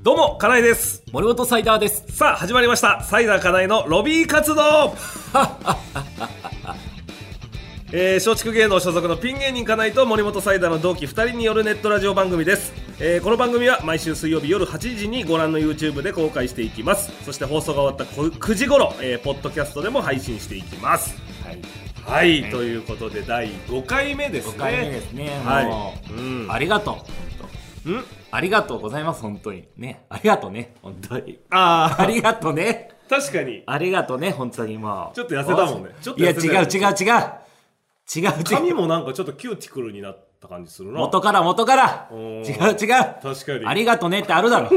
どうも、金井です。 森本サイダーです。 さあ始まりました、サイダー金井のロビー活動松竹芸能所属のピン芸人金井と森本サイダーの同期2人によるネットラジオ番組です。この番組は毎週水曜日夜8時にご覧の YouTube で公開していきます。そして放送が終わった9時頃、ポッドキャストでも配信していきます。はい、ということで第5回目ですね。 5回目ですね。 はい、 もう、ありがとう。ありがとうございます。本当にね、ありがとうね、本当に。ありがとうね。 確かにありがとうね、本当に。もうちょっと痩せたもんね。ちょっといや、 痩せたよね。 違う髪もなんかちょっとキューティクルになった感じするな。 元から違う。 確かにありがとうねってあるだろ。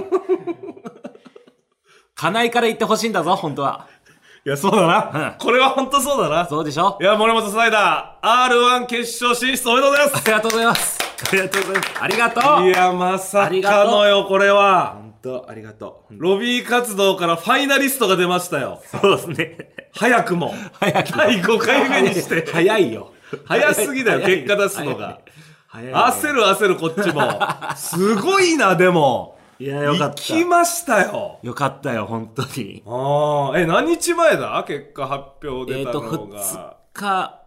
金井から言ってほしいんだぞ、本当は。 いや、そうだな、これは本当そうだな。 そうでしょ。 いや、森本サイダー R1 決勝進出おめでとうございます。 ありがとうございます。ありがとうございます。ありがとう。 いや、まさかのよ、これは。 本当ありがとう。 ロビー活動からファイナリストが出ましたよ。 そうですね。 早くも第5回目にして早いよ。 早すぎだよ、結果出すのが。焦るこっちも。すごいな、でも。 いや、よかった。 行きましたよ。 よかったよ、本当に。 何日前だ結果発表出たのが。 2日、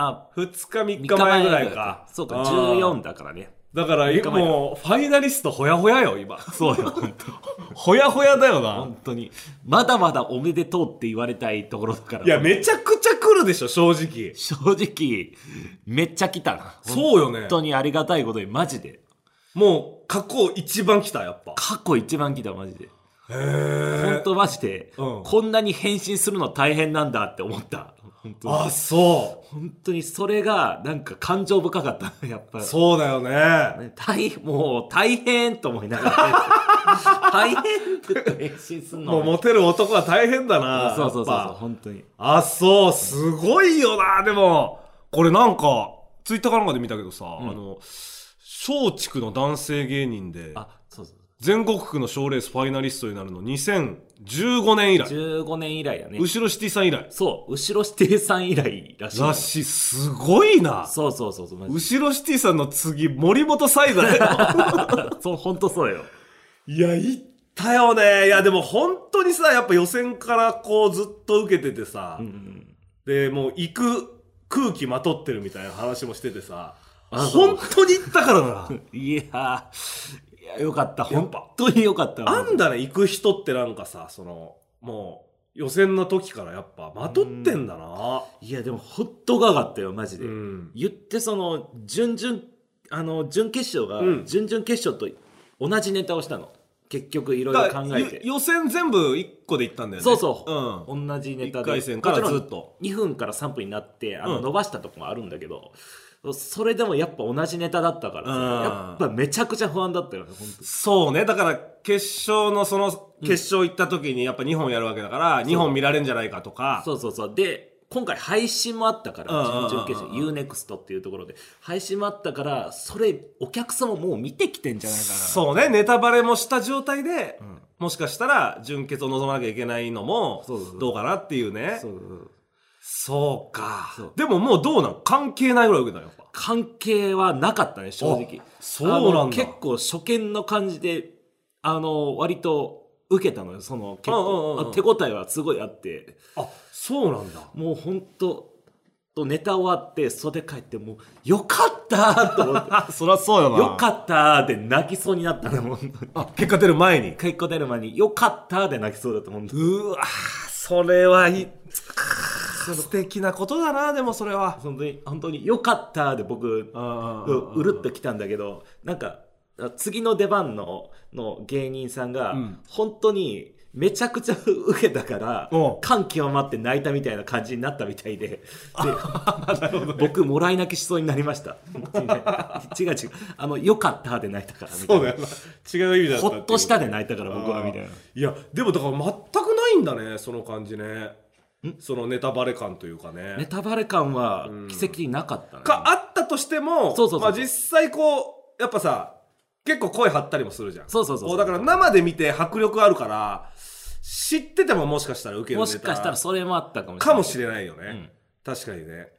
3日前ぐらいか。 そうか、14だからね。 だからもうファイナリストほやほやよ今。 そうよ、本当。 ほやほやだよな、 本当に。まだまだおめでとうって言われたいところだから。 いや、めちゃくちゃ来るでしょ、正直。 正直めっちゃ来たな。 そうよね。 本当にありがたいことに、マジでもう過去一番来た。やっぱ過去一番来た、マジで。 へえ。 本当マジで、こんなに返信するの大変なんだって思った。本当に。 あ、そう。 本当にそれがなんか感情深かった。やっぱそうだよね。 もう大変と思いながら大変って返信するのもうモテる男は大変だな。 そう本当に。 あ、そう、すごいよな。でもこれなんかツイッターかなんかで見たけどさ、松竹の男性芸人で全国区の賞レースファイナリストになるの2015年以来。 15年以来だね。 後ろシティさん以来。 そう、後ろシティさん以来らしい。 すごいな。 そう。 後ろシティさんの次、森本サイダーよ。 そう、ほんとそうよ。 いや、行ったよね。いや、でも本当にさ、やっぱ予選からこうずっと受けててさ、で、もう行く空気まとってるみたいな話もしててさ、本当に行ったからな。 いや、よかった。本当によかった。 あんだね、行く人ってなんかさ、もう予選の時からやっぱまとってんだな。 いや、でもほっとがかったよ、マジで。言って準決勝が、準々決勝と同じネタをしたの。結局いろいろ考えて。 予選全部1個で行ったんだよね。 そう。同じネタで。 1回戦からずっと。 2分から3分になって、伸ばしたとこもあるんだけど、それでもやっぱ同じネタだったからさ、やっぱめちゃくちゃ不安だったよね、本当に。 そうね。だから決勝の決勝行った時にやっぱ2本やるわけだから、2本見られるんじゃないかとか。 そう。で、今回配信もあったから、準々決勝、UNEXT っていうところで、配信もあったから、それ、お客様もう見てきてんじゃないかな。 そうね。ネタバレもした状態で、もしかしたら準決を望まなきゃいけないのも、どうかなっていうね。そうか。でももうどうなん？関係ないぐらい受けたの？やっぱ関係はなかったね、正直。 そうなんだ。 結構初見の感じで、割と受けたのよ。結構、手応えはすごいあって。 あ、そうなんだ。 もうほんと、ネタ終わって袖帰ってもうよかったと思ってそりゃそうよな。 よかったって泣きそうになったね。 結果出る前によかったって泣きそうだと思う。 うわ、それはい素敵なことだな。でもそれは本当によかったで僕うるっときたんだけど、なんか次の出番の芸人さんが本当にめちゃくちゃ受けたから感極まって泣いたみたいな感じになったみたいで、僕もらい泣きしそうになりました。違うよかったで泣いたからみたいな。 そうだよな、違う意味だった。 ほっとしたで泣いたから僕はみたいな。 いやでもだから全くないんだね、その感じね。そのネタバレ感というかね。 ネタバレ感は奇跡になかったね。 あったとしても、実際こうやっぱさ結構声張ったりもするじゃん。 そうだから生で見て迫力あるから知っててももしかしたら受けるネタもしかしたらそれもあったかもしれない。 かもしれないよね、確かにね。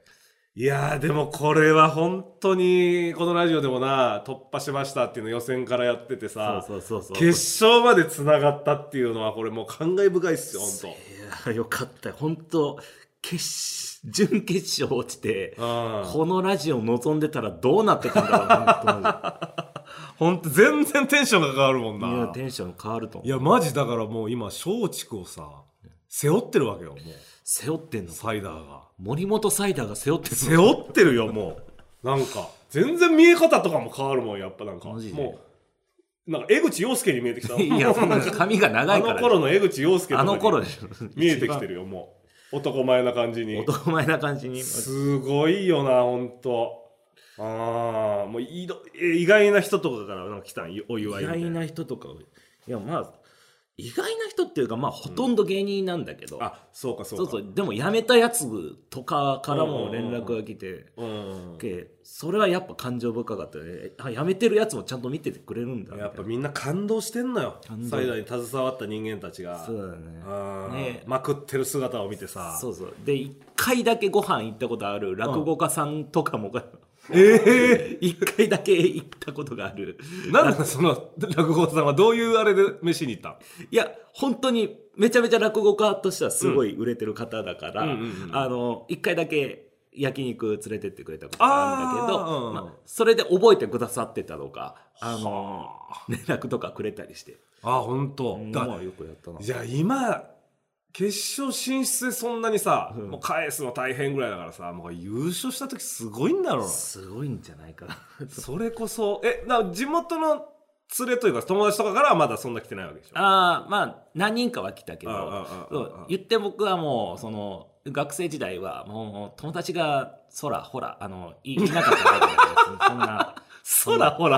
いやーでもこれは本当にこのラジオでもな突破しましたっていうの予選からやっててさ、決勝までつながったっていうのはこれもう感慨深いっすよ本当。 いやよかった本当準決勝落ちてこのラジオ望んでたらどうなってたんだろう本当全然テンションが変わるもんな。 いやテンション変わると思う。 いやマジだからもう今松竹をさ背負ってるわけよ。もう背負ってんの。 サイダーが森本サイダーが背負ってる。 背負ってるよもう。なんか全然見え方とかも変わるもんやっぱなんか。もうなんか江口洋介に見えてきた。 いやそんな髪が長いから。 あの頃の江口洋介とかにあの頃で見えてきてるよもう。男前な感じに。 男前な感じに。 すごいよな本当。ああもう意外な人とかからなんか来たんお祝いみたいな。 意外な人とか。いやまあ意外な人っていうかまあほとんど芸人なんだけど、 あそうかそうか。 そうでも辞めたやつとかからも連絡が来て、それはやっぱ感情深かったね。あ辞めてるやつもちゃんと見ててくれるんだ。 やっぱみんな感動してんのよ。サイダーに携わった人間たちが。 そうだね。 まくってる姿を見てさ。 そうで1回だけご飯行ったことある落語家さんとかも、1回だけ行ったことがある。 なんだその落語家さんはどういうあれで飯に行った？ いや本当にめちゃめちゃ落語家としてはすごい売れてる方だから1回だけ焼肉連れてってくれたことがあるんだけど、それで覚えてくださってたとか連絡とかくれたりして。 あ本当。 よくやったな。 じゃあ今決勝進出でそんなにさ、もう返すの大変ぐらいだからさ、もう優勝した時すごいんだろうな。 すごいんじゃないかな。 それこそ地元の連れというか友達とかからはまだそんな来てないわけでしょ。 まあ何人かは来たけど、言って僕はもうその学生時代はもう友達がほらいなかったわけだからそんなほ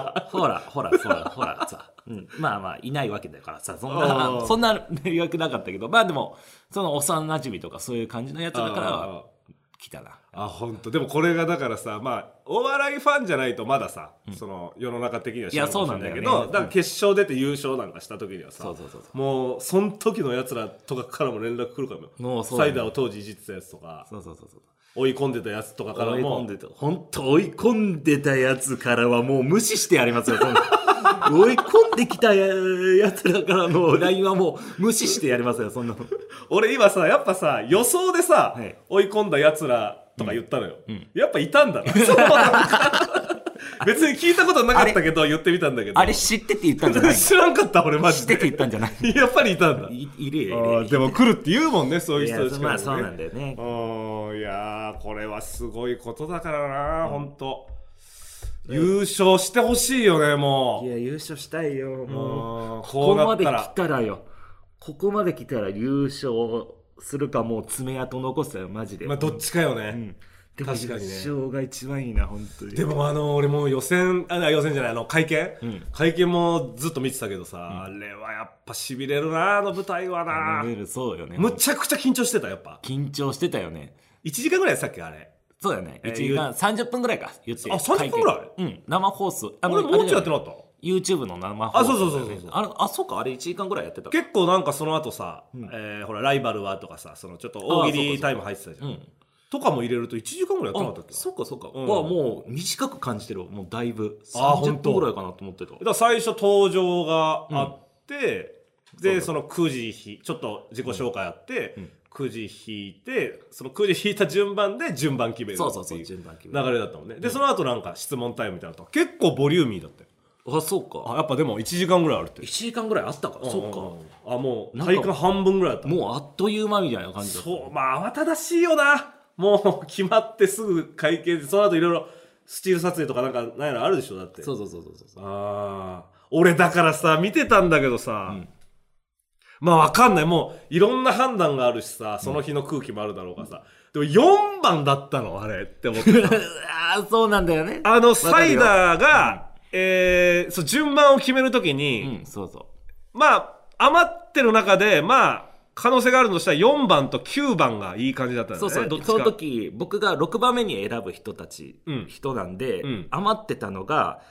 らさ、まあいないわけだからさ、そんな迷惑なかったけど、まあでもその幼馴染とかそういう感じのやつだからは来たな。 あ本当。でもこれがだからさ、まあお笑いファンじゃないとまださ、その世の中的には知らないかもしれないけど、だから決勝出て優勝なんかした時にはさ、もうその時のやつらとかからも連絡来るかも。サイダーを当時いじってたやつとか。追い込んでたやつとかからも本当追い込んでたやつからはもう無視してやりますよ。追い込んできたやつらからの LINE はもう無視してやりますよそんなの。 俺今さやっぱさ予想でさ、追い込んだやつらとか言ったのよ、やっぱいたんだな。別に聞いたことなかったけど言ってみたんだけど、 あれ知ってて言ったんじゃないの？ 知らんかった俺マジで。 知ってて言ったんじゃない？ やっぱりいたんだ。 いるよ。 でも来るって言うもんねそういう人たちからね。 まあそうなんだよね。 いやこれはすごいことだからな本当。優勝してほしいよねもう。 いや優勝したいよもう。ここまで来たらよ。ここまで来たら優勝するかもう爪痕残すよマジで。 まあどっちかよね。確かにね。 優勝が一番いいな本当に。 でも俺も予選じゃない会見もずっと見てたけどさ、あれはやっぱしびれるなあの舞台はな。 そうよね。 むちゃくちゃ緊張してたやっぱ。 緊張してたよね。 1時間ぐらいさっきあれ。 そうだよね。1時間30分ぐらいか言って。 あ30分ぐらい。 生放送。 もうちょいやってなかった。 YouTube の生放送。 そうそうかあれ1時間ぐらいやってた。 結構なんかその後さ、ほらライバルはとかさ、そのちょっと大喜利タイム入ってたじゃん。とかも入れると1時間ぐらいやってなかったっけ？ そうか。もう短く感じてる。もうだいぶ30分ぐらいかなと思ってた。 だから最初登場があって、でそのくじちょっと自己紹介あって。くじ引いてそのくじ引いた順番で順番決めるっていう流れだったもんね。でその後なんか質問タイムみたいなのと結構ボリューミーだったよ。 あそうか。 やっぱでも1時間ぐらいあるって。 1時間ぐらいあったか。そうか。もう体感半分ぐらいあった。 もうあっという間みたいな感じだった。 そうまあ慌ただしいよな。もう決まってすぐ会見でその後いろいろスチール撮影とかなんかないのあるでしょだって。 そう。 俺だからさ見てたんだけどさ、まあわかんないもういろんな判断があるしさその日の空気もあるだろうからさ、でも4番だったのあれって思ってた。 そうなんだよね。 サイダーが、そう順番を決めるときに、まあ余ってる中でまあ可能性があるとしたら4番と9番がいい感じだったんだよね。 その時僕が6番目に選ぶ人なんで、余ってたのが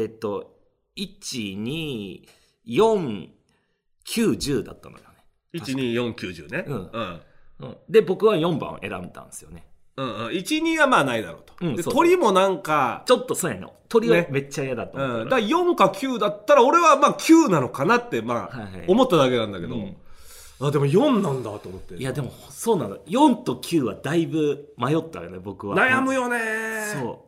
1、2、4、9、10だったのよね。 1、2、4、9、10ね。 で僕は4番を選んだんですよね。 1、2はまあないだろうと。で、 そうそう鳥もなんか、 ちょっとそうやの。鳥はめっちゃ嫌だと思った、 だから4か9だったら、俺はまあ9なのかなって、まあ、思っただけなんだけど、あ、でも4なんだと思って。 いや、でも、そうなの。4と9はだいぶ迷ったよね、僕は。 悩むよね。 そう。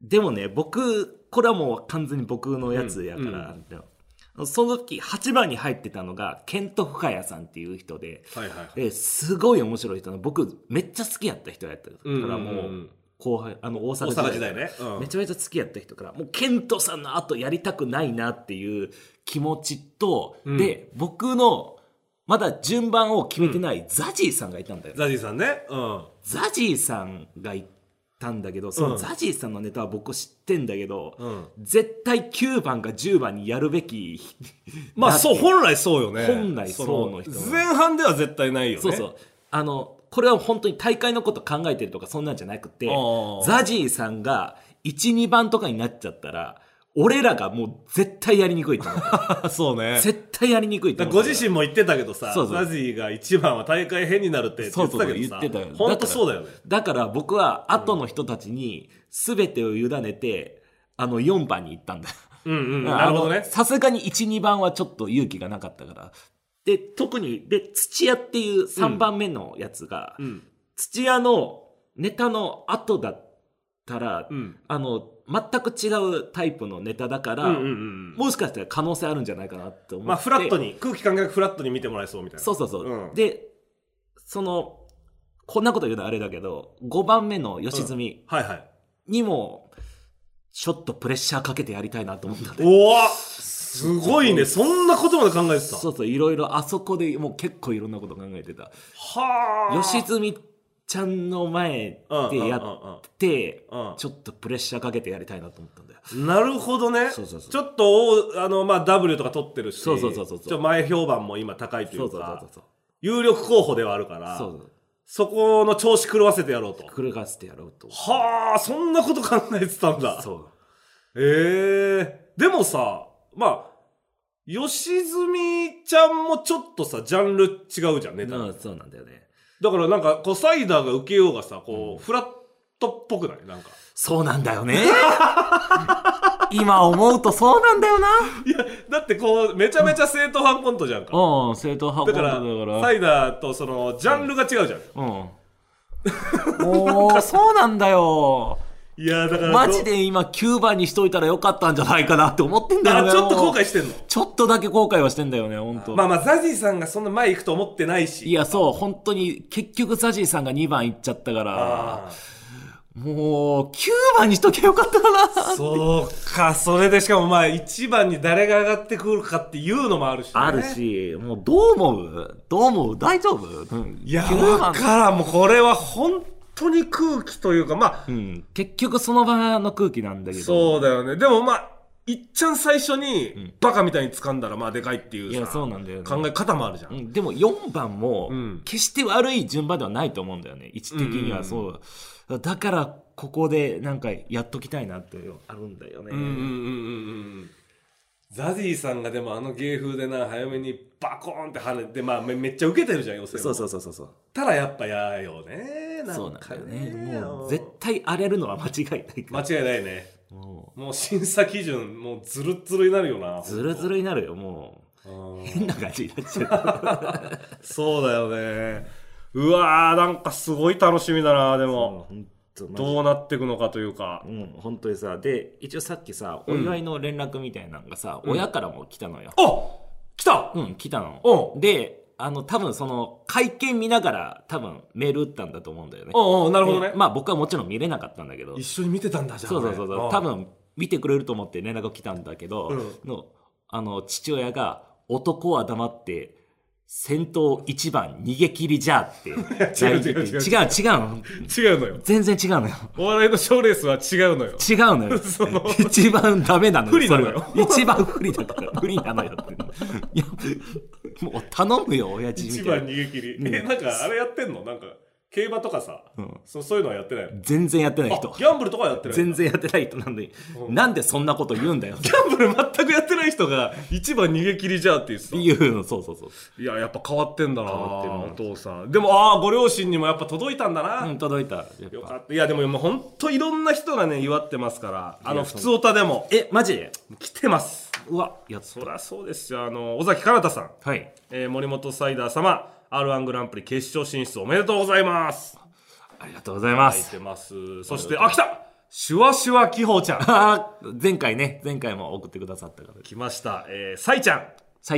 でもね、僕、これはもう完全に僕のやつやから、その時8番に入ってたのがケント・フカヤさんっていう人で、すごい面白い人の、僕めっちゃ好きやった人やったからもう後輩大阪時代ね、めちゃめちゃ好きやった人から、もうケントさんの後やりたくないなっていう気持ちと、で僕のまだ順番を決めてないザジーさんがいたんだよ。 ザジーさんね、 ザジーさんがいたんだけど、そのザジーさんのネタは僕知ってんだけど、絶対9番か10番にやるべきまあそう、本来そうよね。 本来そうの人前半では絶対ないよね。 そうそう、これは本当に大会のこと考えてるとかそんなんじゃなくて、ザジーさんが 1,2 番とかになっちゃったら俺らがもう絶対やりにくいと思う。 そうね。 絶対やりにくいと思う。 ご自身も言ってたけどさ、ザジーが1番は大会変になるって言ってたけどさ、言ってたよ。本当そうだよね。 だから僕は後の人たちに全てを委ねて、4番に行ったんだ。 なるほどね。 さすがに 1,2 番はちょっと勇気がなかったから。で、特に、土屋っていう3番目のやつが、土屋のネタの後だったら、全く違うタイプのネタだから、もしかしたら可能性あるんじゃないかなって思って。 まあフラットに、空気感覚フラットに見てもらえそうみたいな。 そう、で、こんなこと言うのはあれだけど、5番目の吉住にも、ちょっとプレッシャーかけてやりたいなと思ったんで。 すごいね。そんなことまで考えてた。 そう、いろいろあそこでもう結構いろんなこと考えてた。吉住ちゃんの前でやって、ちょっとプレッシャーかけてやりたいなと思ったんだよ。 なるほどね。ちょっとまあ W とか取ってるし、ちょっと前評判も今高いというか、有力候補ではあるから、そこの調子狂わせてやろうと。 狂わせてやろうと。 そんなこと考えてたんだ。でもさ、まあ吉住ちゃんもちょっとさジャンル違うじゃんね。 そうなんだよね。 だからなんかこうサイダーが受けようがさ、こうフラットっぽくない？なんかそうなんだよね。今思うとそうなんだよな。 いやだってこうめちゃめちゃ正統派コントじゃんか。 正統派コントだからサイダーとそのジャンルが違うじゃん。 もうそうなんだよ。 いやだからマジで今9番にしといたらよかったんじゃないかなって思ってんだよね。 ちょっと後悔してんの？ ちょっとだけ後悔はしてんだよね、本当。 まあザジーさんがそんな前行くと思ってないし。 いやそう、本当に結局ザジーさんが2番行っちゃったから、もう9番にしときゃよかったかな。 そうか、それでしかもまあ1番に誰が上がってくるかっていうのもあるしね。 あるし、もうどう思う大丈夫？ いやだからもうこれは本当に空気というか、まあ、 結局その場の空気なんだけど。 そうだよね。でもまあいっちゃん最初にバカみたいに掴んだらまあでかいっていうさ、 いやそうなんだよね、 考え方もあるじゃん。 でも4番も決して悪い順番ではないと思うんだよね、位置的には。そうだからここでなんかやっときたいなってあるんだよね。 ザジーさんがでも芸風でな早めにバコーンって跳ねて、まあめっちゃウケてるじゃん、要するに。 そうただやっぱ嫌よね。 そうなんだよね。もう絶対荒れるのは間違いないから。 間違いないね。もう審査基準もうズルズルになるよな。 ズルズルになるよ、もう変な感じになっちゃう。 そうだよね。うわー、なんかすごい楽しみだな。でもどうなっていくのかというか、 本当にさ。で一応さっきさ、お祝いの連絡みたいなのがさ、親からも来たのよ。 来た。 来たの。で多分その会見見ながら多分メール打ったんだと思うんだよね。 なるほどね。 まあ僕はもちろん見れなかったんだけど、 一緒に見てたんだ。じゃあそう多分見てくれると思って連絡が来たんだけど、父親が男は黙って先頭1番逃げ切りじゃって違うのよ。 全然違うのよ。 お笑いの賞レースは違うのよ。 一番ダメなのよ。 不利なのよ。 一番不利だから不利なのよって。いやもう頼むよ親父みたいな。 1番逃げ切り。なんかあれやってんの？なんか競馬とかさ、そういうのはやってないの？ 全然やってない人。 ギャンブルとかはやってない？ 全然やってない人なんで、なんでそんなこと言うんだよ。 ギャンブル全くやってない人が一番逃げ切りじゃっていうの、そうそうそう。 いや、やっぱ変わってんだな、 変わってるお父さん。でもご両親にもやっぱ届いたんだな。 届いた。 よかった。いや、でもほんといろんな人がね祝ってますから、普通オタでもマジで来てます。 うわ、 そりゃそうですよ。尾崎かなたさん、 はい、 森本サイダー様 R1 グランプリ決勝進出おめでとうございます。 ありがとうございます。 書いてます。そして来たシュワシュワきほうちゃん前回も送ってくださったから来ました。サイちゃん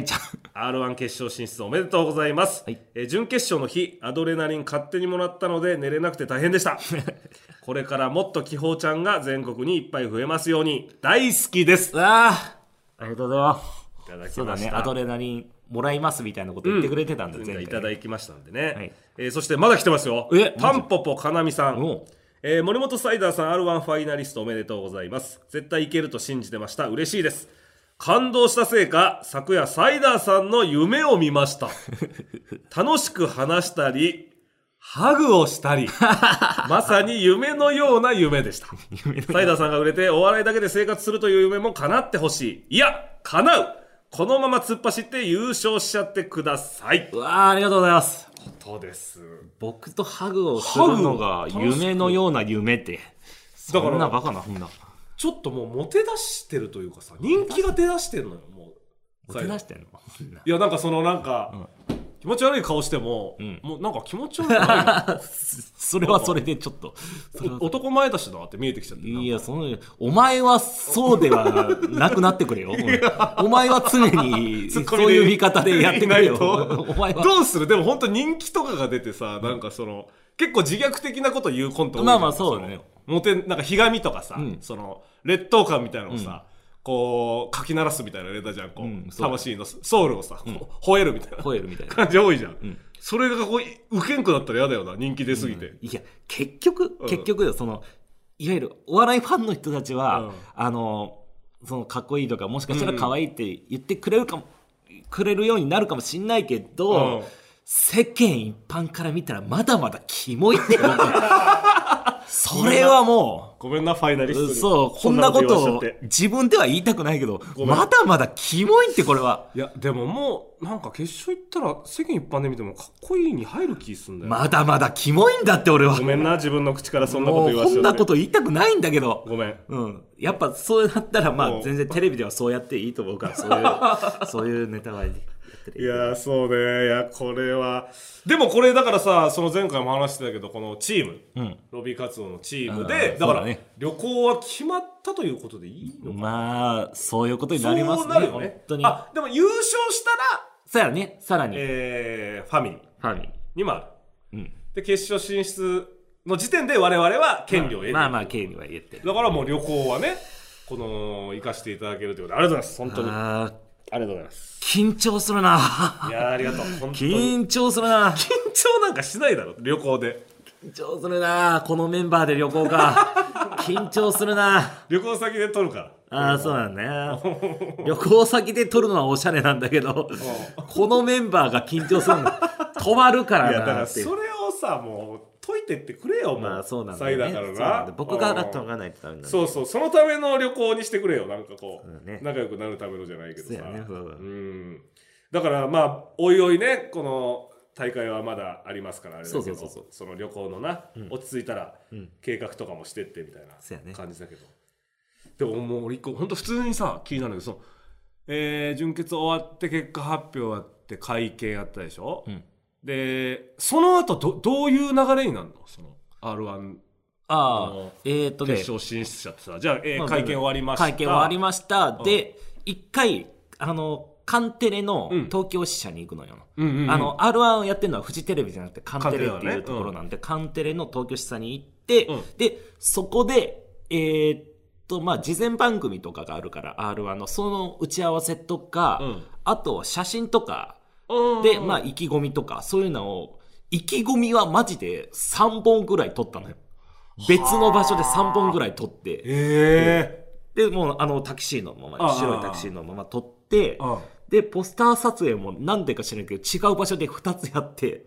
R1 決勝進出おめでとうございます、はい。準決勝の日アドレナリン勝手にもらったので寝れなくて大変でしたこれからもっときほうちゃんが全国にいっぱい増えますように大好きです。 ありがとうございます。 いただきました。 そうだね、アドレナリンもらいますみたいなこと言ってくれてたんで、 前回いただきましたんでね、はい。そしてまだ来てますよ。タンポポかなみさん、森本サイダーさん R1 ファイナリストおめでとうございます。絶対いけると信じてました。嬉しいです。感動したせいか昨夜サイダーさんの夢を見ました楽しく話したりハグをしたりまさに夢のような夢でしたサイダーさんが売れてお笑いだけで生活するという夢も叶ってほしい。いや叶う。このまま突っ走って優勝しちゃってください。 うわー、ありがとうございます。 ことです。 僕とハグをするのが夢のような夢ってだからそんなバカなふんだ。 ちょっともうモテ出してるというかさ、人気が出だしてるのよ。もうモテ出してんのいや、なんか気持ち悪い顔しても、もうなんか気持ち悪くないそれはそれでちょっと男前だしなって見えてきちゃって。 いや、お前はそうではなくなってくれよお前は常にそういう見方でやってくれよお前はどうする。でも本当人気とかが出てさ、なんか結構自虐的なこと言うコント多い。 まあそうだね。 なんかひがみとかさ、劣等感みたいなのをさ、こうかき鳴らすみたいなネタじゃん。こう魂のソウルをさ、吠えるみたいな感じ多いじゃん。それがこうウケんくなったら嫌だよな、人気出すぎて。 いや結局よ、いわゆるお笑いファンの人たちは、かっこいいとかもしかしたら可愛いって言ってくれるようになるかもしんないけど、世間一般から見たらまだまだキモいってそれはもうごめんなファイナリストにそうこんなことを自分では言いたくないけどまだまだキモいって。これはいやでももうなんか決勝行ったら世間一般で見てもかっこいいに入る気すんだよ。 まだまだキモいんだって俺は。 ごめんな、自分の口からそんなこと言わせて。 そんなこと言いたくないんだけどごめん。 やっぱそうなったらまあ全然テレビではそうやっていいと思うからそういうネタはいい。 いやそうね。いやこれはでもこれだからさ、その前回も話してたけどこのチーム、ロビー活動のチームでだから旅行は決まったということでいいのか。 まあそういうことになりますね。 そうなるよね。 本当に。 でも優勝したらそうやね。さらにファミリーにもある。で決勝進出の時点で我々は権利を得てる。 まあ権利は得てる。 だからもう旅行はね行かせていただけるということでありがとうございます。本当にありがとうございます。 緊張するな。 いやありがとう。本当に緊張するな。 緊張なんかしないだろ旅行で。 緊張するな。このメンバーで旅行か緊張するな。 旅行先で撮るから。 そうだね旅行先で撮るのはおしゃれなんだけどこのメンバーが緊張するの止まるからな。 いやだからそれをさもう解いてってくれよ。 まあそうなんだね。だからな。 僕が解かないとダメなんだ。 そうそのための旅行にしてくれよ。なんかこう仲良くなるためのじゃないけどさ。だからまあおいおいねこの大会はまだありますからあれだけど、その旅行の落ち着いたら計画とかもしてってみたいな感じだけど。でももう俺一個本当普通にさ気になるんだけど準決終わって結果発表あって会見あったでしょ。でその後どういう流れになるのその R1 決勝進出者ってさ。じゃあ、会見終わりました。 会見終わりました。で一回カンテレの東京支社に行くのよ。R1 をやってるのはフジテレビじゃなくてカンテレっていうところなんで、カンテレの東京支社に行って、でそこでまあ事前番組とかがあるから R1 のその打ち合わせとか、あとは写真とかでまあ意気込みとかそういうのを意気込みはマジで3本ぐらい撮ったのよ。別の場所で3本ぐらい撮って、でもうタキシードのまま白いタキシードのまま撮って、でポスター撮影も何でか知らないけど違う場所で2つやって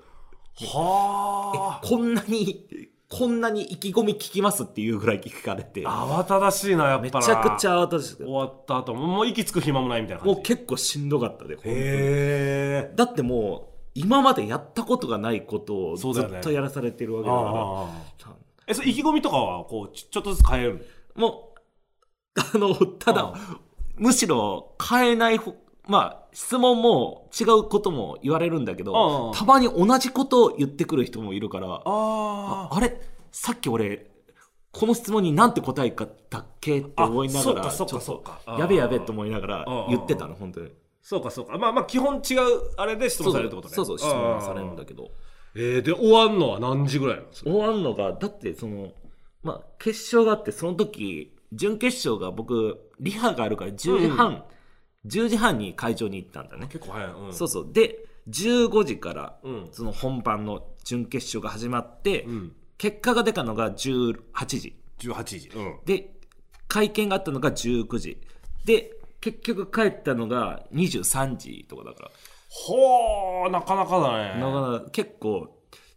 はあ。こんなに意気込み聞きますっていうぐらい聞かれて。 慌ただしいな、やっぱな。 めちゃくちゃ慌ただしい。 終わった後もう息つく暇もないみたいな感じ。 もう結構しんどかったで。 へー。 だってもう今までやったことがないことをずっとやらされてるわけだから。 それ意気込みとかはこうちょっとずつ変える？ もうただむしろ変えない質問も違うことも言われるんだけど、たまに同じことを言ってくる人もいるから、あれさっき俺この質問になんて答えかったっけって思いながら、ちょっとやべえと思いながら言ってたの、本当に。 そうか基本違うあれで質問されるってことね。 そう質問されるんだけど。 で終わんのは何時ぐらいなんですか？ 終わんのがだって決勝があって、その時準決勝が僕リハがあるから10時半に会場に行ったんだね。 結構早い。 そうで15時からその本番の準決勝が始まって、結果が出たのが18時、で会見があったのが19時で、結局帰ったのが23時とかだから。 ほー、なかなかだね。 なかなか結構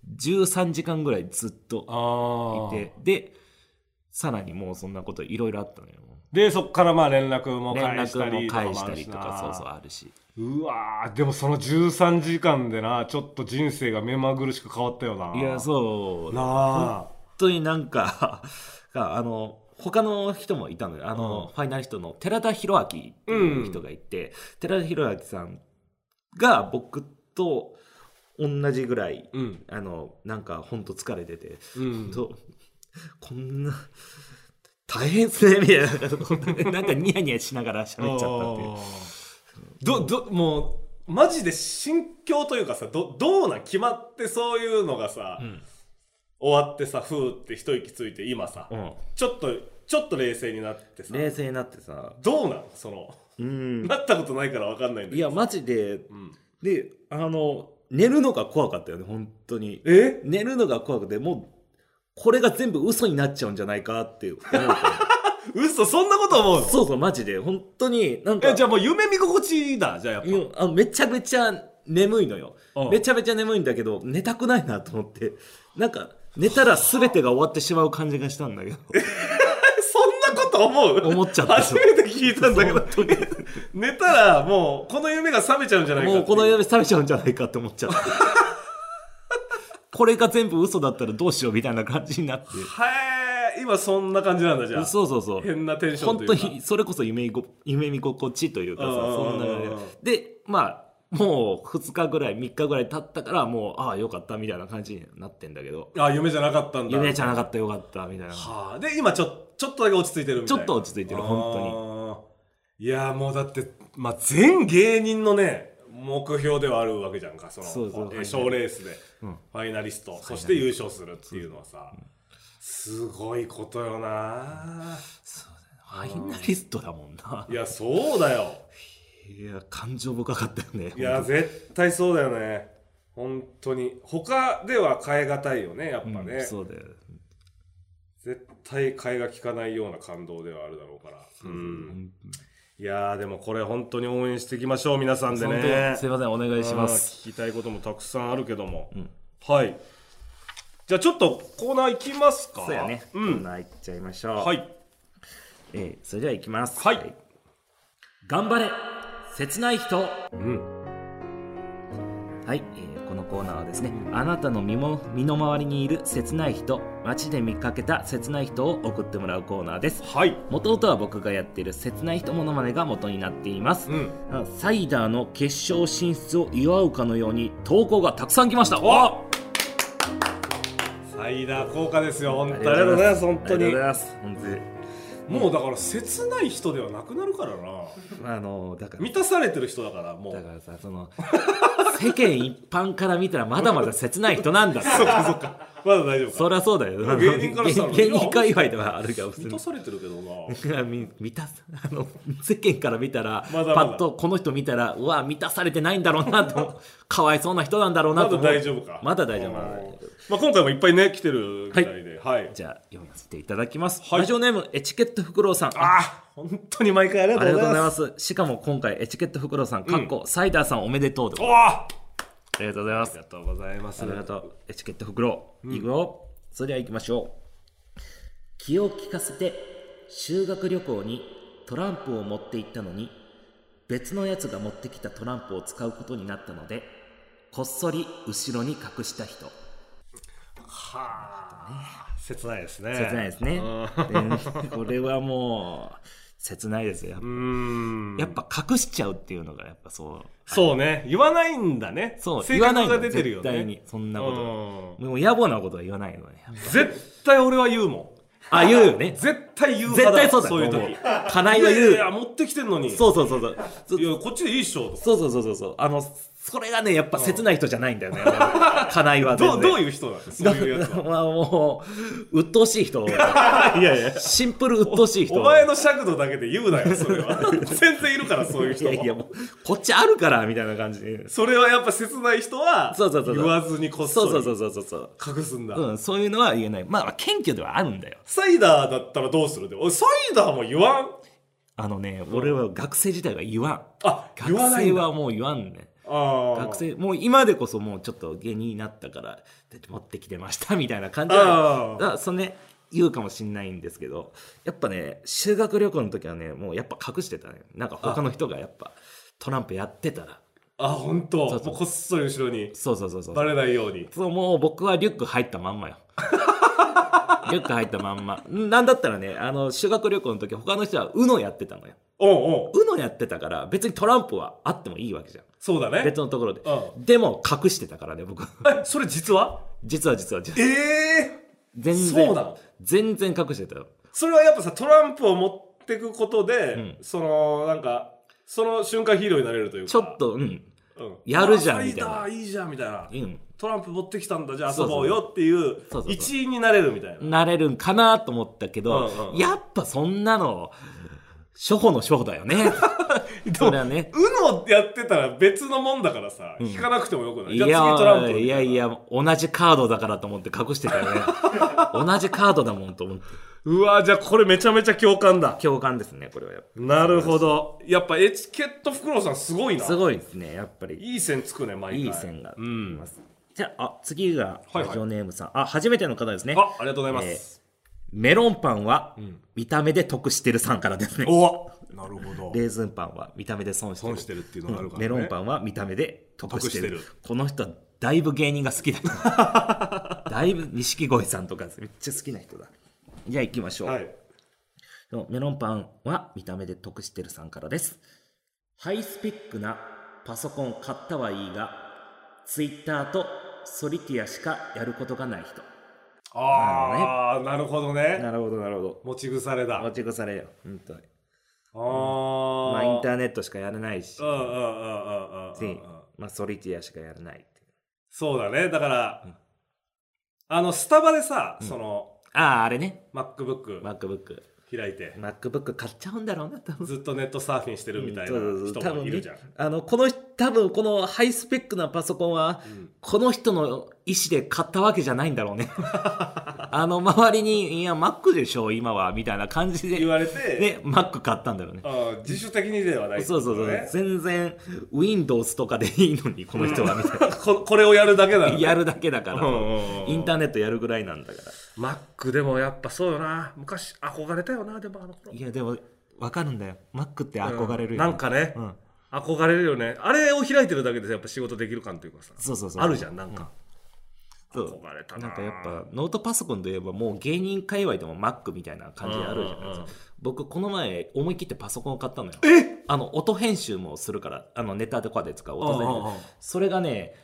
13時間ぐらいずっといて、でさらにもうそんなこといろいろあったのよ。 でそっから連絡も返したりとかあるし。 うわー、でもその13時間でな、ちょっと人生が目まぐるしく変わったよな。 いや、そうなあ、 本当になんか他の人もいたのよ。ファイナリストの寺田裕明っていう人がいて、寺田裕明さんが僕と同じぐらい、なんか本当疲れてて、こんな大変っすねみたいななんかニヤニヤしながら喋っちゃったっていう。 もうマジで心境というかさ、どうなん決まって、そういうのがさ、終わってさ、ふーって一息ついて今さ、ちょっと冷静になってさ、どうなんそのなったことないから分かんないんだけど。 いやマジで、で寝るのが怖かったよね、本当に。寝るのが怖くて、もうこれが全部嘘になっちゃうんじゃないかって思う嘘、そんなこと思うの？ そうマジで本当になんか。 じゃあもう夢見心地だ。じゃあやっぱめちゃめちゃ眠いのよ。めちゃめちゃ眠いんだけど、寝たくないなと思って、なんか寝たら全てが終わってしまう感じがしたんだけどそんなこと思っちゃった。初めて聞いたんだけど寝たらもうこの夢が覚めちゃうんじゃないか、 もうこの夢覚めちゃうんじゃないかって思っちゃったこれが全部嘘だったらどうしようみたいな感じになって。 今そんな感じなんだ。じゃあそう変なテンションというか、 本当にそれこそ夢見心地というかさ、そんなでもう2日ぐらい3日ぐらい経ったから、もうよかったみたいな感じになってんだけど。 夢じゃなかったんだ。 夢じゃなかった、よかったみたいな。 で今ちょっとだけ落ち着いてるみたいな。 ちょっと落ち着いてる、本当に。いやもうだって、全芸人のね目標ではあるわけじゃんか、その賞レースでファイナリスト、そして優勝するっていうのはさ、すごいことよな。 ファイナリストだもんな。 いやそうだよ。 いや感情深かったよね。 いや絶対そうだよね、本当に。他では変え難いよね、やっぱね。 そうだよ。 絶対替えが利かないような感動ではあるだろうから。いやでもこれ本当に応援していきましょう、皆さんでね。 すいません、お願いします。 聞きたいこともたくさんあるけども、はい。じゃあちょっとコーナー行きますか。 そうやね、コーナー行っちゃいましょう。 はい。 それでは行きます。 はい。 頑張れ切ない人。はい、このコーナーはですね、あなたの身の回りにいる切ない人、街で見かけた切ない人を送ってもらうコーナーです。はい。元々は僕がやっている切ない人モノマネが元になっています。サイダーの決勝進出を祝うかのように投稿がたくさん来ました。 サイダー効果ですよ、本当に。ありがとうございます。本当に。 ありがとうございます。本当に。 もうだから切ない人ではなくなるからな。だから満たされてる人だから。もうだからさ、世間一般から見たらまだまだ切ない人なんだって。 そっかまだ大丈夫か。 そりゃそうだよ。 芸人からしたら芸人界隈ではあるけど、 満たされてるけどな。 世間から見たらパッとこの人見たら、うわ満たされてないんだろうなと、かわいそうな人なんだろうなと。 まだ大丈夫か。 まだ大丈夫。 今回もいっぱいね来てるみたいで、 じゃあ読ませていただきます。ラジオネームエチケットフクロウさん。 本当に毎回ありがとうございます。 しかも今回エチケットフクロウさんサイダーさんおめでとうで。 ありがとうございます。 ありがとうございます。 ありがとう。エチケット袋、いくよ。それでは行きましょう。気を利かせて修学旅行にトランプを持って行ったのに、別のやつが持ってきたトランプを使うことになったので、こっそり後ろに隠した人。 はあ、切ないですね。 切ないですね。でこれはもう切ないですよ。やっぱ隠しちゃうっていうのがやっぱそう。 そうね、言わないんだね。 そう、 性格が出てるよね。 絶対にそんなこと。もう野暮なことは言わないのね。 絶対俺は言うもん。 あ、言うよね。 絶対言う派だ。 絶対そうだ。 そういう時。 金井は言う。 いや持ってきてんのに。 そう。 いやこっちでいいっしょ。 そう。それがねやっぱ切ない人じゃないんだよね。金井はどういう人なんですか。そういうやつは。 まあもう鬱陶しい人。いやシンプル鬱陶しい人。 お前の尺度だけで言うなよそれは。全然いるからそういう人。 いやもうこっちあるからみたいな感じで。 それはやっぱ切ない人は言わずにこっそり隠すんだ。 そういうのは言えない。まあ謙虚ではあるんだよ。 サイダーだったらどうするで。サイダーも言わん。 俺は学生時代は言わん。 言わないんだ。 学生はもう言わんね。学生もう今でこそもうちょっと芸人になったから持ってきてましたみたいな感じでそのね言うかもしんないんですけど、やっぱね修学旅行の時はねもうやっぱ隠してたね。なんか他の人がやっぱトランプやってたら本当。もうこっそり後ろにバレないように。 そうもう僕はリュック入ったまんまよ。リュック入ったまんま。なんだったらね修学旅行の時他の人はUNOやってたのよ。UNOやってたから別にトランプはあってもいいわけじゃん。 そうだね。 別のところで。でも隠してたからね僕。 それ実は全然そうなの。 全然隠してたよ。 それはやっぱさトランプを持ってくことで、なんかその瞬間ヒーローになれるというかちょっとやるじゃんみたいな。 いいじゃんみたいな。トランプ持ってきたんだじゃあ遊ぼうよっていう一員になれるみたいな。 なれるんかなと思ったけど、やっぱそんなの初歩の初歩だよね。それはね。 UNO やってたら別のもんだからさ、引かなくてもよくない。じゃあ次トランプ。 いや同じカードだからと思って隠してたよね。同じカードだもんと思って。 うわじゃあこれめちゃめちゃ共感だ。 共感ですねこれはやっぱ。 なるほど。やっぱエチケットフクロウさんすごいな。 すごいですねやっぱり。 いい線つくね毎回。 いい線が。じゃあ次がラジオネームさん。初めての方ですね。 ありがとうございます。 メロンパンは見た目で得してるさんからですね。 なるほど。 レーズンパンは見た目で損してるっていうのがあるからね。 メロンパンは見た目で得してる。この人はだいぶ芸人が好きだ。だいぶ錦鯉さんとかめっちゃ好きな人だ。じゃあ行きましょう。メロンパンは見た目で得してるさんからです。ハイスペックなパソコン買ったはいいが、ツイッターとソリティアしかやることがない人。 なるほどね。 なるほど。 持ち腐れだ。 持ち腐れよ本当に。まあインターネットしかやらないし、まあソリティアしかやらないって。 そうだね。だから、スタバでさ、 あれね。 MacBook 開いて MacBook 買っちゃうんだろうな多分。 ずっとネットサーフィンしてるみたいな人もいるじゃん。 多分このハイスペックなパソコンは、この人の意思で買ったわけじゃないんだろうね。周りに「いや Mac でしょ今は」みたいな感じで言われてね Mac 買ったんだろうね。 自主的にではない、 そう全然 Windows とかでいいのにこの人はみたいな。 これをやるだけだ、 やるだけだから、インターネットやるぐらいなんだから。 Mac でもやっぱそうよな。昔憧れたよな。でもいやでも分かるんだよ Mac って憧れるよ、 なんかね、憧れるよね。あれを開いてるだけでやっぱ仕事できる感というかさ。 そうあるじゃんなんか、 憧れたな。なんかやっぱノートパソコンといえばもう芸人界隈でも Mac みたいな感じであるじゃないですか。僕この前思い切ってパソコンを買ったのよ。音編集もするからネタとかで使う音編集。それがね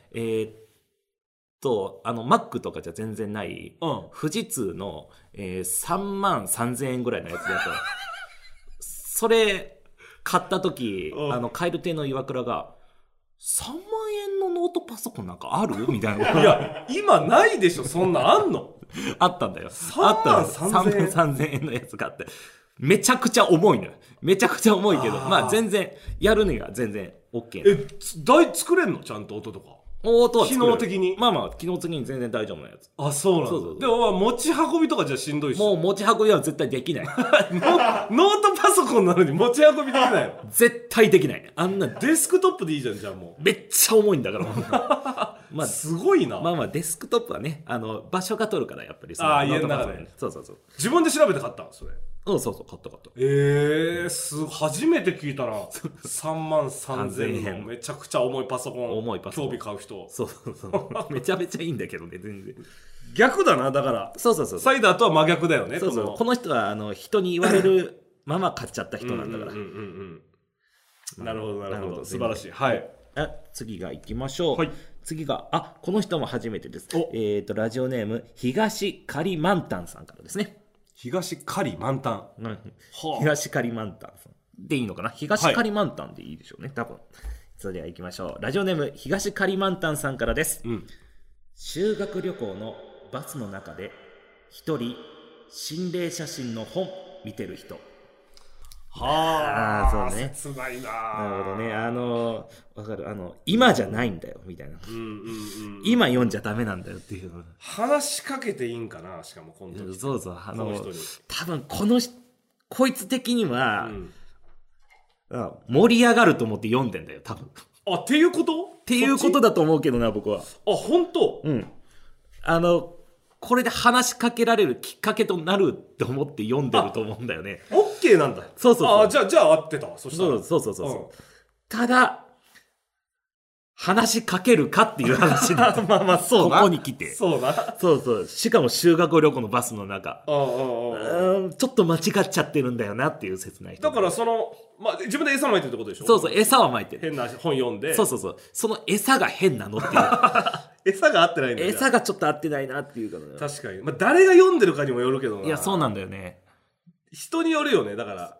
Mac とかじゃ全然ない、富士通の、3万3000円ぐらいのやつだとそれ買った時蛙亭の岩倉が3万円のノートパソコンなんかあるみたいな。 いや今ないでしょそんなあんの。 あったんだよ。 3万 3000円のやつがあってめちゃくちゃ重いのよ。めちゃくちゃ重いけどまあ全然やるには全然 OK。 台作れんのちゃんと音とか。 機能的に。 まあまあ機能的に全然大丈夫なやつ。 あ、そうなんだ。そうそうそう。でも持ち運びとかじゃしんどいし。 もう持ち運びは絶対できない。 ノートパソコンなのに持ち運びできないの？ 絶対できない。あんなデスクトップでいいじゃん、じゃあもう。めっちゃ重いんだからまあすごいな。 まあまあデスクトップはね、場所が取るからやっぱり。 ああ、家の中で。 そうそうそう。 自分で調べて買ったそれ。 そうそう、買った。 初めて聞いたら3万3000円のめちゃくちゃ重いパソコン興味買う人。 そうめちゃめちゃいいんだけどね、全然逆だな。だからそうサイダーとは真逆だよね。 そうこの人は人に言われるまま買っちゃった人なんだから。 なるほどなるほど、素晴らしい。はい、 次が行きましょう。 はい、 次がこの人も初めてです。ラジオネーム東カリマンタンさんからですね。 東カリマンタン、 東カリマンタンさんでいいのかな。東カリマンタンでいいでしょうね、多分。それでは行きましょう。ラジオネーム東カリマンタンさんからです。修学旅行のバスの中で一人心霊写真の本見てる人。 はあ、 そうね。 切ないな。 なるほどね。わかる。今じゃないんだよみたいな。今読んじゃダメなんだよっていう。 話しかけていいんかな。しかも今度。 そう多分こいつ的には、盛り上がると思って読んでんだよ多分。 っていうこと？ っていうことだと思うけどな、僕は。 本当？ これで話しかけられるきっかけとなるって思って読んでると思うんだよね。 オッケーなんだ。 そう。 じゃあ合ってたわ。そしたら。 そう。ただ話しかけるかっていう話だまあそうな。 ここに来て。 そうな。 そう。しかも修学旅行のバスの中。ちょっと間違っちゃってるんだよなっていう切ない人。 だから自分で餌撒いてるってことでしょ。 そう、餌は撒いてる。 変な本読んで。 そう。その餌が変なのっていう。 餌が合ってないんだよ。 餌がちょっと合ってないなっていうかね。 確かに。誰が読んでるかにもよるけどな。 いや、そうなんだよね。 人によるよね。だから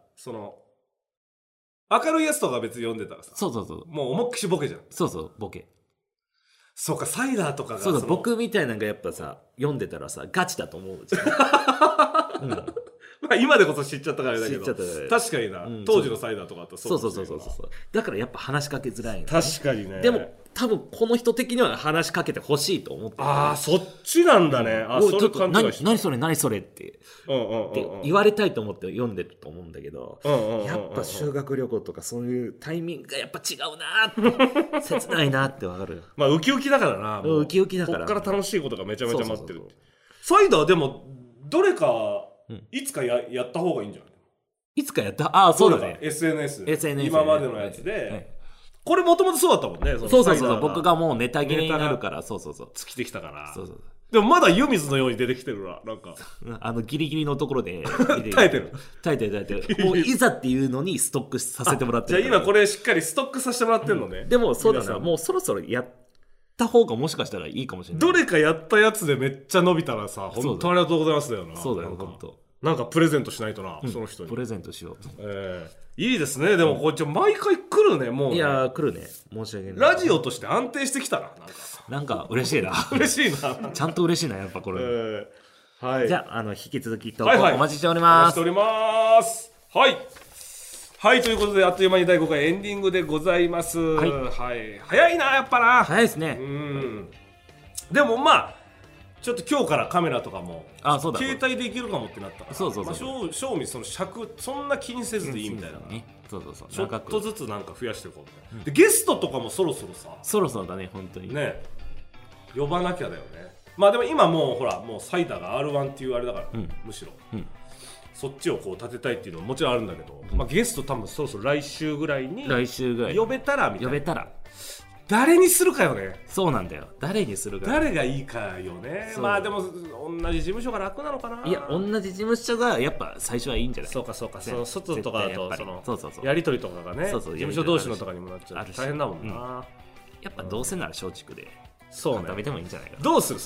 明るいやつとか別に読んでたらさ。 そう。 もう思いっきしボケじゃん。 そう、ボケ。 そうか、サイダーとかが。 そう、僕みたいなのがやっぱさ、読んでたらさ、ガチだと思うじゃん。 今でこそ知っちゃったからあれだけど。確かにな。当時のサイダーとかだったらそう。だからやっぱ話しかけづらいの。 確かにね。 でも、多分この人的には話しかけてほしいと思ってる。 そっちなんだね。それ勘違いした。 何それって言われたいと思って読んでると思うんだけど、やっぱ修学旅行とかそういうタイミングがやっぱ違うなって切ないなってわかる。 ウキウキだからな。 ウキウキだから。 こっから楽しいことがめちゃめちゃ待ってる。サイダーでもどれかいつかやった方がいいんじゃない？ いつかやった？そうだね。 SNS 今までのやつで。これもともとそうだったもんね。 そう。僕がもうネタ切れになるから、そう。 尽きてきたから。 そう。 でもまだ湯水のように出てきてるな、なんか。 ギリギリのところで。 耐えてる。 もういざっていうのにストックさせてもらってる。 じゃあ今これしっかりストックさせてもらってるのね。 でもそうだな、もうそろそろやった方がもしかしたらいいかもしれない。 どれかやったやつでめっちゃ伸びたらさ、本当ありがとうございますだよな。 そうだよ、本当。 なんかプレゼントしないとな、その人に。 プレゼントしよう。 いいですね。でもこっち毎回来るね、もう。 いや来るね。申し訳ない。 ラジオとして安定してきたな。 なんか嬉しいな。 嬉しいな。 ちゃんと嬉しいな、やっぱこれ。 はい。 じゃあ引き続き投稿お待ちしております。 お待ちしております。はい、ということであっという間に第5回エンディングでございます。はい。早いな、やっぱな。 早いですね。 でもちょっと今日からカメラとかも携帯でいけるかもってなったから、 そう正味その尺そんな気にせずでいいみたいな、 そうちょっとずつなんか増やしていこうみたいな。でゲストとかもそろそろさ、 そろそろだね、本当にね、呼ばなきゃだよね。でも今もうほら、もうサイダーが R1 っていうあれだから、むしろそっちをこう立てたいっていうのももちろんあるんだけど、ゲスト多分そろそろ来週ぐらいに呼べたらみたいな。誰にするかよね。 そうなんだよ。誰にするか。 誰がいいかよね。でも同じ事務所が楽なのかな。 いや、同じ事務所がやっぱ最初はいいんじゃない？ そうか。その外とかだとそうやり取りとかがね、事務所同士のとかにもなっちゃう。大変だもんな。 やっぱどうせなら松竹でそう食べてもいいんじゃないか。 どうする？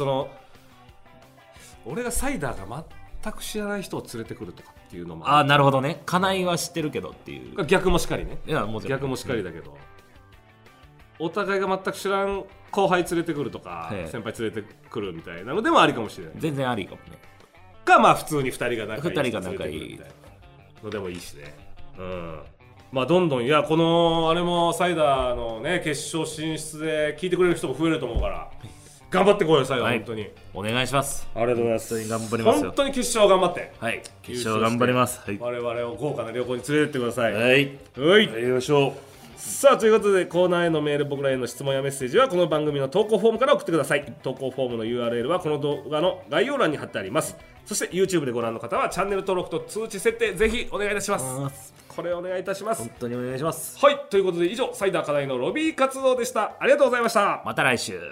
俺がサイダーが全く知らない人を連れてくるとかっていうのも。 なるほどね。金井は知ってるけどっていう。 逆もしかりね。 いや、もちろん逆もしかりだけど。お互いが全く知らん後輩連れてくるとか、先輩連れてくるみたいなのでもありかもしれない。 全然ありかもね。 か普通に2人が仲いいみたいなのでもいいしね。 まあどんどん、いやこのあれもサイダーのね決勝進出で聞いてくれる人も増えると思うから頑張ってこいよサイダー、 はい、 本当にお願いします。 ありがとうございます。 本当に頑張りますよ。 本当に決勝頑張って、 はい、決勝頑張ります。はい、 我々を豪華な旅行に連れてってください。 はい、 はい、 やりましょう。 さあということでコーナーへのメール、僕らへの質問やメッセージはこの番組の投稿フォームから送ってください。投稿フォームの URL はこの動画の概要欄に貼ってあります。そして YouTube でご覧の方はチャンネル登録と通知設定ぜひお願いいたします。これお願いいたします。 本当にお願いします。 はい、ということで以上サイダー課題のロビー活動でした。ありがとうございました。 また来週。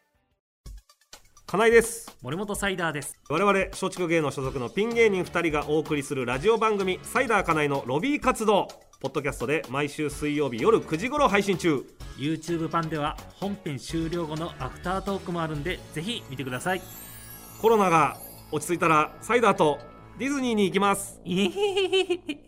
金井です。 森本サイダーです。 我々松竹芸能所属のピン芸人2人がお送りするラジオ番組サイダー金井のロビー活動、ポッドキャストで毎週水曜日夜9時頃配信中。 YouTube 版では本編終了後のアフタートークもあるんでぜひ見てください。 コロナが落ち着いたらサイダーとディズニーに行きます。 イエヘヘヘヘ。